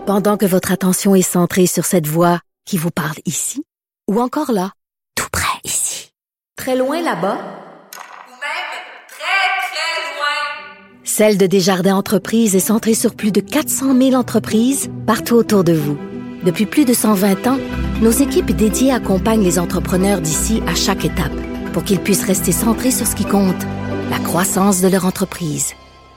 Pendant que votre attention est centrée sur cette voix qui vous parle ici, ou encore là, tout près ici, très loin là-bas, ou même très, très loin. Celle de Desjardins Entreprises est centrée sur plus de 400 000 entreprises partout autour de vous. Depuis plus de 120 ans, nos équipes dédiées accompagnent les entrepreneurs d'ici à chaque étape pour qu'ils puissent rester centrés sur ce qui compte, la croissance de leur entreprise.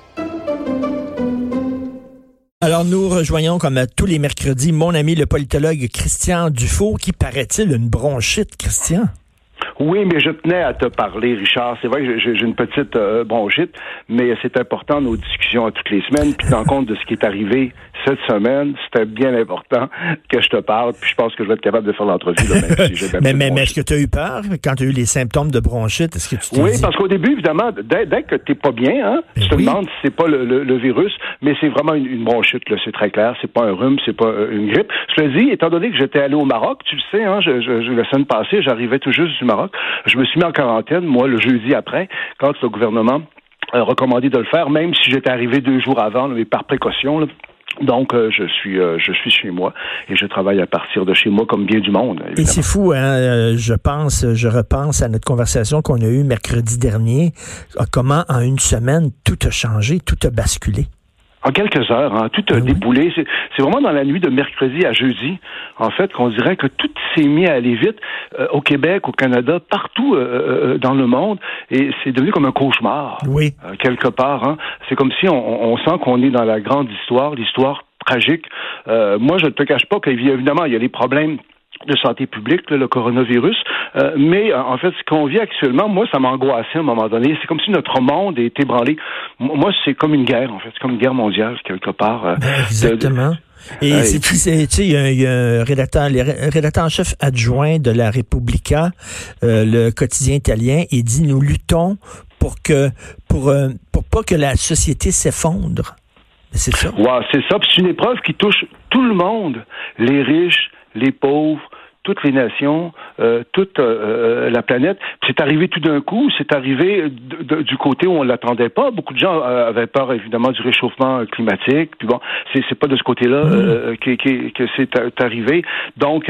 Alors, nous rejoignons, comme tous les mercredis, mon ami le politologue Christian Dufault, qui paraît-il une bronchite, Christian. Oui, mais je tenais à te parler, Richard. C'est vrai que j'ai une petite bronchite, mais c'est important nos discussions à toutes les semaines. Puis, en compte de ce qui est arrivé cette semaine, c'était bien important que je te parle. Puis, je pense que je vais être capable de faire l'entrevue. Là, même si j'ai mais est-ce que tu as eu peur quand tu as eu les symptômes de bronchite? Est-ce que tu t'es Oui, dit... parce qu'au début, évidemment, dès que t'es pas bien, tu te demandes si c'est pas le virus, mais c'est vraiment une bronchite, là, c'est très clair. C'est pas un rhume, c'est pas une grippe. Je le dis, étant donné que j'étais allé au Maroc, tu le sais, la semaine passée, j'arrivais tout juste du Maroc. Je me suis mis en quarantaine, moi, le jeudi après, quand le gouvernement a recommandé de le faire, même si j'étais arrivé 2 jours avant, mais par précaution, là. Donc, je suis chez moi et je travaille à partir de chez moi comme bien du monde. Évidemment. Et c'est fou, hein? Je repense à notre conversation qu'on a eue mercredi dernier. Comment, en une semaine, tout a changé, tout a basculé. En quelques heures, tout a déboulé. C'est vraiment dans la nuit de mercredi à jeudi, en fait, qu'on dirait que tout s'est mis à aller vite au Québec, au Canada, partout dans le monde, et c'est devenu comme un cauchemar. Oui. Quelque part, hein. C'est comme si on sent qu'on est dans la grande histoire, l'histoire tragique. Moi, je ne te cache pas qu'évidemment, il y a des problèmes de santé publique, là, le coronavirus. Mais en fait, ce qu'on vit actuellement, moi, ça m'angoissait à un moment donné. C'est comme si notre monde était ébranlé. Moi, c'est comme une guerre, en fait. C'est comme une guerre mondiale, quelque part. Exactement. Et il y a un rédacteur, le rédacteur en chef adjoint de la Repubblica, le quotidien italien, il dit: nous luttons pour pas que la société s'effondre. C'est ça. Ouais, c'est ça. Puis c'est une épreuve qui touche tout le monde, les riches, les pauvres, toutes les nations, toute la planète. Puis c'est arrivé tout d'un coup, c'est arrivé du côté où on l'attendait pas. Beaucoup de gens avaient peur, évidemment, du réchauffement climatique. Puis bon, c'est pas de ce côté-là que c'est arrivé. Donc,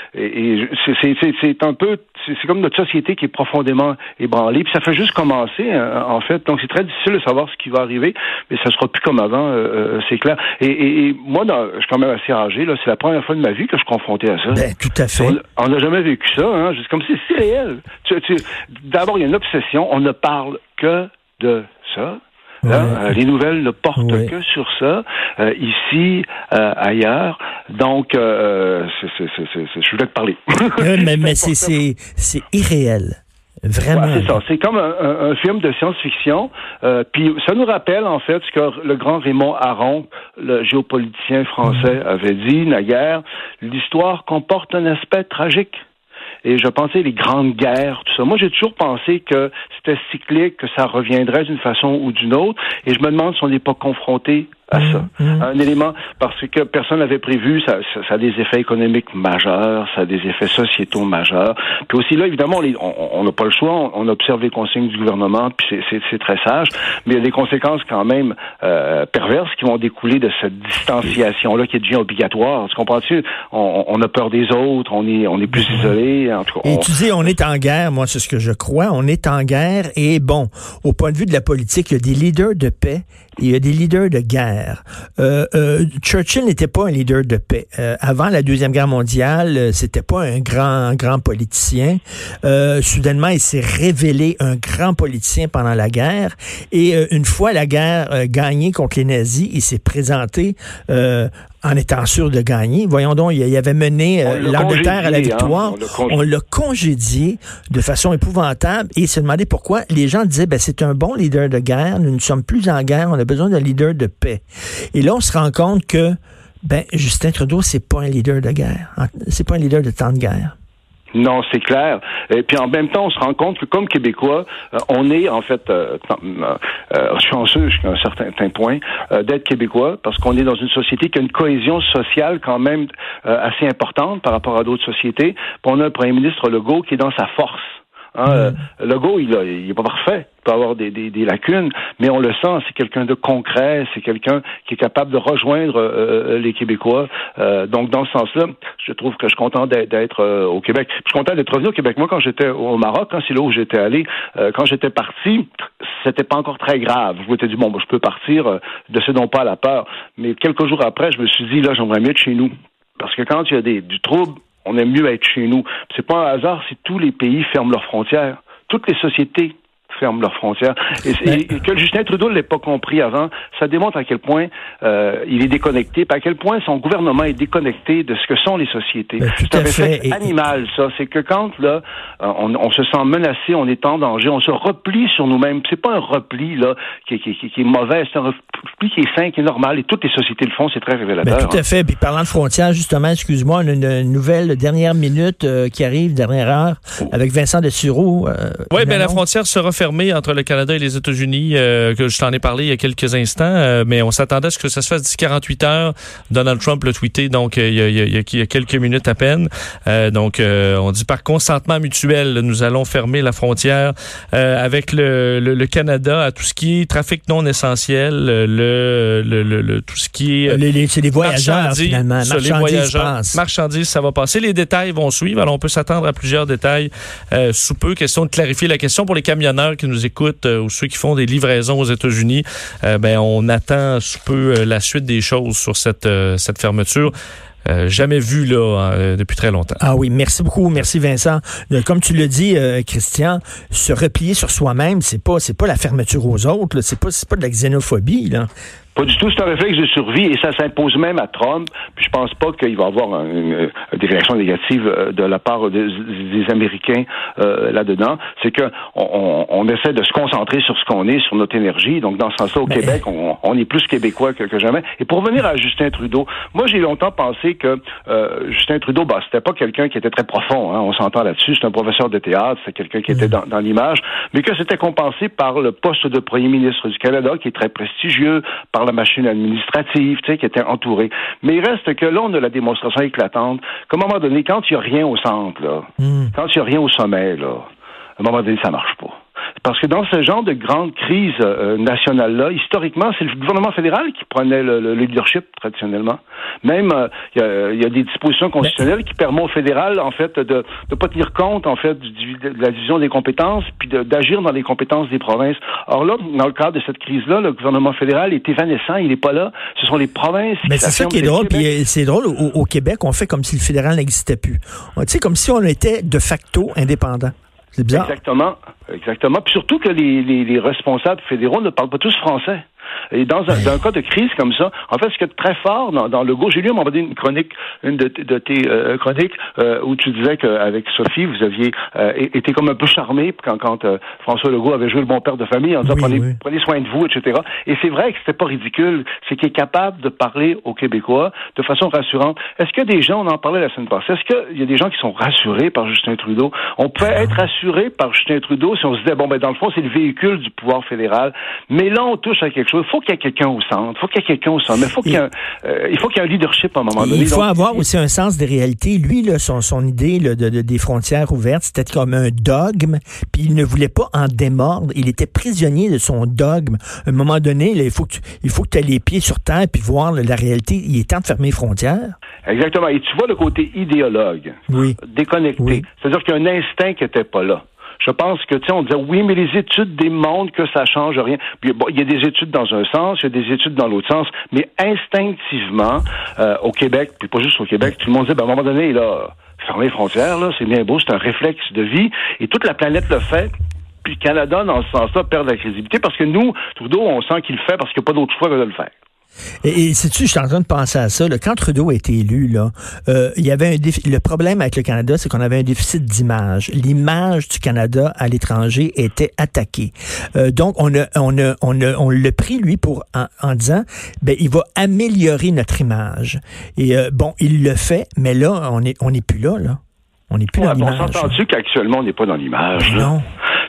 c'est un peu, c'est comme notre société qui est profondément ébranlée. Puis ça fait juste commencer, en fait. Donc c'est très difficile de savoir ce qui va arriver, mais ça sera plus comme avant, c'est clair. Et moi, je suis quand même assez âgé. Là, c'est la première fois de ma vie que je suis confronté à ça. Ben, tout à fait. On n'a jamais vécu ça, hein. C'est comme si c'est réel. D'abord, il y a une obsession. On ne parle que de ça. Là, les nouvelles ne portent que sur ça, ici, ailleurs. Donc, je voulais te parler. mais c'est irréel. Vraiment. Ouais, c'est ça. C'est comme un film de science-fiction. Puis ça nous rappelle, en fait, ce que le grand Raymond Aron, le géopoliticien français, avait dit naguère. L'histoire comporte un aspect tragique. Et je pensais les grandes guerres, tout ça. Moi, j'ai toujours pensé que c'était cyclique, que ça reviendrait d'une façon ou d'une autre. Et je me demande si on n'est pas confronté à ça. Un élément, parce que personne n'avait prévu, ça a des effets économiques majeurs, ça a des effets sociétaux majeurs. Puis aussi là, évidemment, on n'a pas le choix, on observe les consignes du gouvernement, puis c'est très sage, mais il y a des conséquences quand même perverses qui vont découler de cette distanciation-là qui devient obligatoire. Tu comprends-tu? On a peur des autres, on est plus isolé. En tout cas, et tu dis, on est en guerre, moi c'est ce que je crois, on est en guerre, et bon, au point de vue de la politique, il y a des leaders de paix, il y a des leaders de guerre. Churchill n'était pas un leader de paix. Avant la Deuxième Guerre mondiale, c'était pas un grand politicien. Soudainement, il s'est révélé un grand politicien pendant la guerre. Et une fois la guerre gagnée contre les nazis, il s'est présenté en étant sûr de gagner. Voyons donc, il avait mené l'Angleterre à la victoire. On l'a congédié de façon épouvantable et il se demandait pourquoi. Les gens disaient, c'est un bon leader de guerre, nous ne sommes plus en guerre, on a besoin d'un leader de paix. Et là, on se rend compte que Justin Trudeau, c'est pas un leader de guerre. C'est pas un leader de temps de guerre. Non, c'est clair. Et puis en même temps, on se rend compte que comme Québécois, on est en fait chanceux jusqu'à un certain point d'être Québécois parce qu'on est dans une société qui a une cohésion sociale quand même assez importante par rapport à d'autres sociétés. Puis on a un premier ministre Legault qui est dans sa force. Legault, il est pas parfait. Il peut avoir des lacunes, mais on le sent, c'est quelqu'un de concret, c'est quelqu'un qui est capable de rejoindre les Québécois. Donc, dans ce sens-là, je trouve que je suis content d'être au Québec. Je suis content d'être revenu au Québec. Moi, quand j'étais au Maroc, c'est là où j'étais allé, quand j'étais parti, c'était pas encore très grave. Je m'étais dit, je peux partir, ne cédons pas à la peur. Mais quelques jours après, je me suis dit, là, j'aimerais mieux être chez nous. Parce que quand il y a du trouble, on aime mieux être chez nous. C'est pas un hasard si tous les pays ferment leurs frontières. Toutes les sociétés ferment leurs frontières. Et que Justin Trudeau ne l'ait pas compris avant, ça démontre à quel point il est déconnecté, puis à quel point son gouvernement est déconnecté de ce que sont les sociétés. C'est un réflexe animal, ça. C'est que quand, là, on se sent menacé, on est en danger, on se replie sur nous-mêmes. C'est pas un repli, là, qui est mauvais, c'est un repli qui est sain, qui est normal, et toutes les sociétés le font, c'est très révélateur. Tout à fait. Puis parlant de frontières, justement, excuse-moi, on a une nouvelle dernière minute qui arrive, dernière heure, avec Vincent Dessureau. Oui, la frontière sera fermée entre le Canada et les États-Unis, que je t'en ai parlé il y a quelques instants, mais on s'attendait à ce que ça se fasse d'ici 48 heures. Donald Trump l'a tweeté, donc il y a quelques minutes à peine. On dit par consentement mutuel, nous allons fermer la frontière avec le Canada à tout ce qui est trafic non essentiel, tout ce qui est c'est les voyageurs finalement, marchandises, ça va passer. Les détails vont suivre. Alors on peut s'attendre à plusieurs détails sous peu. Question de clarifier la question pour les camionneurs qui nous écoutent ou ceux qui font des livraisons aux États-Unis. On attend sous peu la suite des choses sur cette fermeture. Jamais vu depuis très longtemps. Ah oui, merci beaucoup, merci Vincent. Comme tu le dis, Christian, se replier sur soi-même, c'est pas la fermeture aux autres, là. C'est pas de la xénophobie, là. Pas du tout, c'est un réflexe de survie et ça s'impose même à Trump. Puis je pense pas qu'il va y avoir des réactions négatives de la part des Américains là-dedans. C'est que on essaie de se concentrer sur ce qu'on est, sur notre énergie. Donc dans ce sens-là, au Québec, on est plus québécois que jamais. Et pour revenir à Justin Trudeau, moi j'ai longtemps pensé que Justin Trudeau, c'était pas quelqu'un qui était très profond. On s'entend là-dessus. C'est un professeur de théâtre, c'est quelqu'un qui était dans l'image, mais que c'était compensé par le poste de premier ministre du Canada, qui est très prestigieux, par la machine administrative, qui était entourée. Mais il reste que là, on a la démonstration éclatante qu'à un moment donné, quand il n'y a rien au centre, là, quand il n'y a rien au sommet, là, à un moment donné, ça marche pas. Parce que dans ce genre de grande crise nationale-là, historiquement, c'est le gouvernement fédéral qui prenait le leadership traditionnellement. Même, il y a des dispositions constitutionnelles qui permettent au fédéral, en fait, de pas tenir compte, en fait, de la division des compétences, puis d'agir dans les compétences des provinces. Or là, dans le cadre de cette crise-là, le gouvernement fédéral est évanescent, il n'est pas là. Ce sont les provinces qui... Mais c'est ça qui est drôle, puis c'est drôle, au Québec, on fait comme si le fédéral n'existait plus. Tu sais, comme si on était de facto indépendant. C'est bizarre. Exactement. Puis surtout que les responsables fédéraux ne parlent pas tous français. Et dans un cas de crise comme ça, en fait, ce qui est très fort dans Legault, j'ai lu à un moment donné une de tes chroniques, où tu disais qu'avec Sophie, vous aviez été comme un peu charmé quand François Legault avait joué le bon père de famille en disant prenez soin de vous, etc. Et c'est vrai que c'était pas ridicule. C'est qu'il est capable de parler aux Québécois de façon rassurante. Est-ce que des gens, on en parlait la semaine passée, est-ce qu'il y a des gens qui sont rassurés par Justin Trudeau? On peut être rassuré par Justin Trudeau si on se disait, dans le fond, c'est le véhicule du pouvoir fédéral. Mais là, on touche à quelque chose. Il faut qu'il y ait quelqu'un au centre, il faut qu'il y ait quelqu'un au sommet, il faut qu'il y ait un leadership à un moment donné. Il faut avoir aussi un sens des réalités. Lui, là, son idée des frontières ouvertes, c'était comme un dogme, puis il ne voulait pas en démordre. Il était prisonnier de son dogme. À un moment donné, là, il faut que tu aies les pieds sur terre puis voir la réalité. Il est temps de fermer les frontières. Exactement. Et tu vois le côté idéologue, déconnecté. C'est-à-dire qu'il y a un instinct qui n'était pas là. Je pense que, on disait, oui, mais les études démontrent que ça change rien. Puis, il y a des études dans un sens, il y a des études dans l'autre sens, mais instinctivement, au Québec, puis pas juste au Québec, tout le monde dit, à un moment donné, là, fermer les frontières, là, c'est bien beau, c'est un réflexe de vie, et toute la planète le fait. Puis le Canada, dans ce sens-là, perd de la crédibilité, parce que nous, Trudeau, on sent qu'il le fait parce qu'il n'y a pas d'autre choix que de le faire. Et sais-tu, je suis en train de penser à ça. Là, quand Trudeau a été élu, là, il y avait le problème avec le Canada, c'est qu'on avait un déficit d'image. L'image du Canada à l'étranger était attaquée. Donc, on l'a pris, lui, en disant, il va améliorer notre image. Et il le fait, mais là, on n'est plus là. On n'est plus dans l'image. On s'entend-tu qu'actuellement, on n'est pas dans l'image? Non.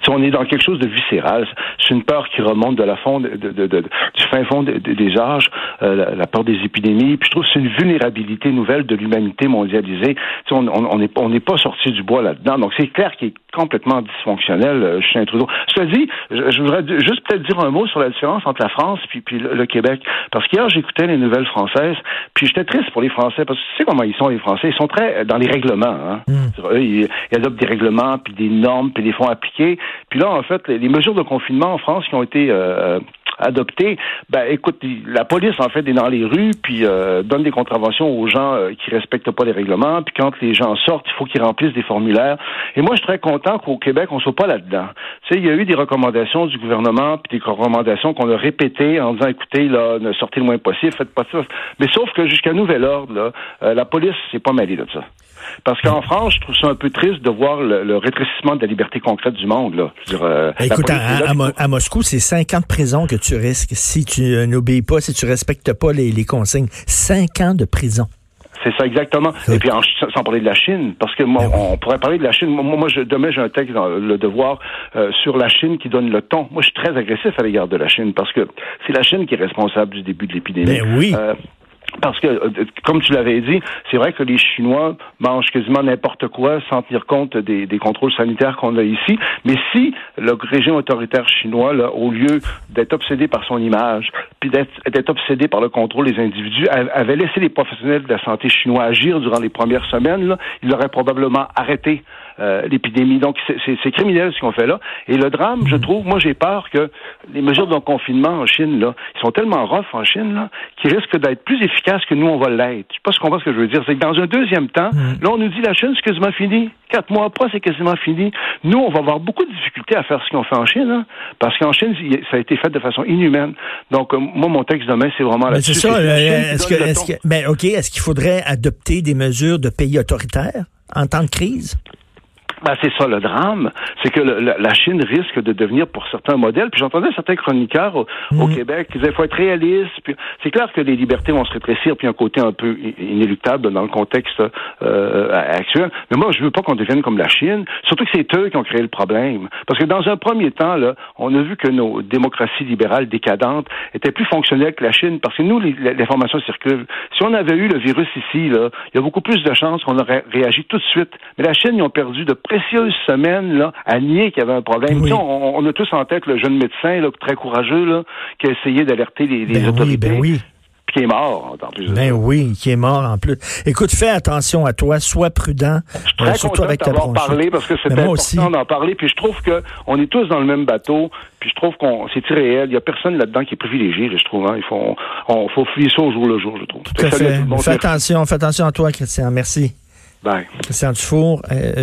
on est dans quelque chose de viscéral. C'est une peur qui remonte de la fond, du fin fond des âges, la peur des épidémies. Puis je trouve que c'est une vulnérabilité nouvelle de l'humanité mondialisée. On n'est pas sorti du bois là-dedans. Donc c'est clair qu'il est complètement dysfonctionnel, Justin Trudeau. Cela dit, je voudrais juste peut-être dire un mot sur la différence entre la France puis le Québec. Parce qu'hier, j'écoutais les nouvelles françaises, puis j'étais triste pour les Français, parce que tu sais comment ils sont, les Français. Ils sont très dans les règlements. Hein. Eux, ils adoptent des règlements, puis des normes, puis les font appliquer. Puis là, en fait, les mesures de confinement en France qui ont été adoptées, écoute, la police, en fait, est dans les rues, puis donne des contraventions aux gens qui respectent pas les règlements, puis quand les gens sortent, il faut qu'ils remplissent des formulaires. Et moi, je suis très content qu'au Québec, on soit pas là-dedans. Tu sais, il y a eu des recommandations du gouvernement, puis des recommandations qu'on a répétées en disant, écoutez, là, ne sortez le moins possible, faites pas ça. Mais sauf que jusqu'à nouvel ordre, là, la police s'est pas mêlée de ça. Parce qu'en France, je trouve ça un peu triste de voir le rétrécissement de la liberté concrète du monde. Là. Je veux dire, écoute, à Moscou, c'est 5 ans de prison que tu risques si tu n'obéis pas, si tu respectes pas les consignes. 5 ans de prison. C'est ça, exactement. Et puis, sans parler de la Chine, parce que moi, on pourrait parler de la Chine. Demain, j'ai un texte dans Le Devoir sur la Chine qui donne le ton. Moi, je suis très agressif à l'égard de la Chine, parce que c'est la Chine qui est responsable du début de l'épidémie. Ben oui. Parce que, comme tu l'avais dit, c'est vrai que les Chinois mangent quasiment n'importe quoi sans tenir compte des contrôles sanitaires qu'on a ici. Mais si le régime autoritaire chinois, là, au lieu d'être obsédé par son image, puis d'être obsédé par le contrôle des individus, avait laissé les professionnels de la santé chinois agir durant les premières semaines, là, il aurait probablement arrêté l'épidémie. Donc, c'est criminel ce qu'on fait là. Et le drame, je trouve, moi j'ai peur que les mesures de confinement en Chine, là, ils sont tellement rough en Chine, là, qu'ils risquent d'être plus efficaces que nous, on va l'être. Je sais pas si tu comprends ce que je veux dire. C'est que dans un deuxième temps, là, on nous dit la Chine, c'est quasiment fini. 4 mois après, c'est quasiment fini. Nous, on va avoir beaucoup de difficultés à faire ce qu'on fait en Chine, hein, parce qu'en Chine, ça a été fait de façon inhumaine. Donc, moi, mon texte demain, c'est vraiment là-dessus. C'est ça. Est-ce qu'il faudrait adopter des mesures de pays autoritaires en temps de crise? C'est ça le drame, c'est que la Chine risque de devenir pour certains modèles. Puis j'entendais certains chroniqueurs au Québec qui disaient qu'il faut être réaliste. Puis c'est clair que les libertés vont se rétrécir, puis un côté un peu inéluctable dans le contexte actuel. Mais moi, je veux pas qu'on devienne comme la Chine. Surtout que c'est eux qui ont créé le problème. Parce que dans un premier temps, là, on a vu que nos démocraties libérales décadentes étaient plus fonctionnelles que la Chine. Parce que nous, l'information circule. Si on avait eu le virus ici, là, il y a beaucoup plus de chances qu'on aurait réagi tout de suite. Mais la Chine, ils ont perdu de précieuses semaines là, à nier qu'il y avait un problème. Oui. On a tous en tête le jeune médecin là, très courageux là, qui a essayé d'alerter les autorités. Oui. Puis qui est mort, en plus. Oui, qui est mort en plus. Écoute, fais attention à toi, sois prudent. Je suis très surtout avec ta bronchite. Parlé parce que c'est important d'en parler. Puis je trouve qu'on est tous dans le même bateau. Puis je trouve c'est irréel. Il n'y a personne là-dedans qui est privilégié, je trouve. Hein. Il faut fuir ça au jour le jour, je trouve. Tout à fait. Fais attention à toi, Christian. Merci. Bye. Christian Dufour.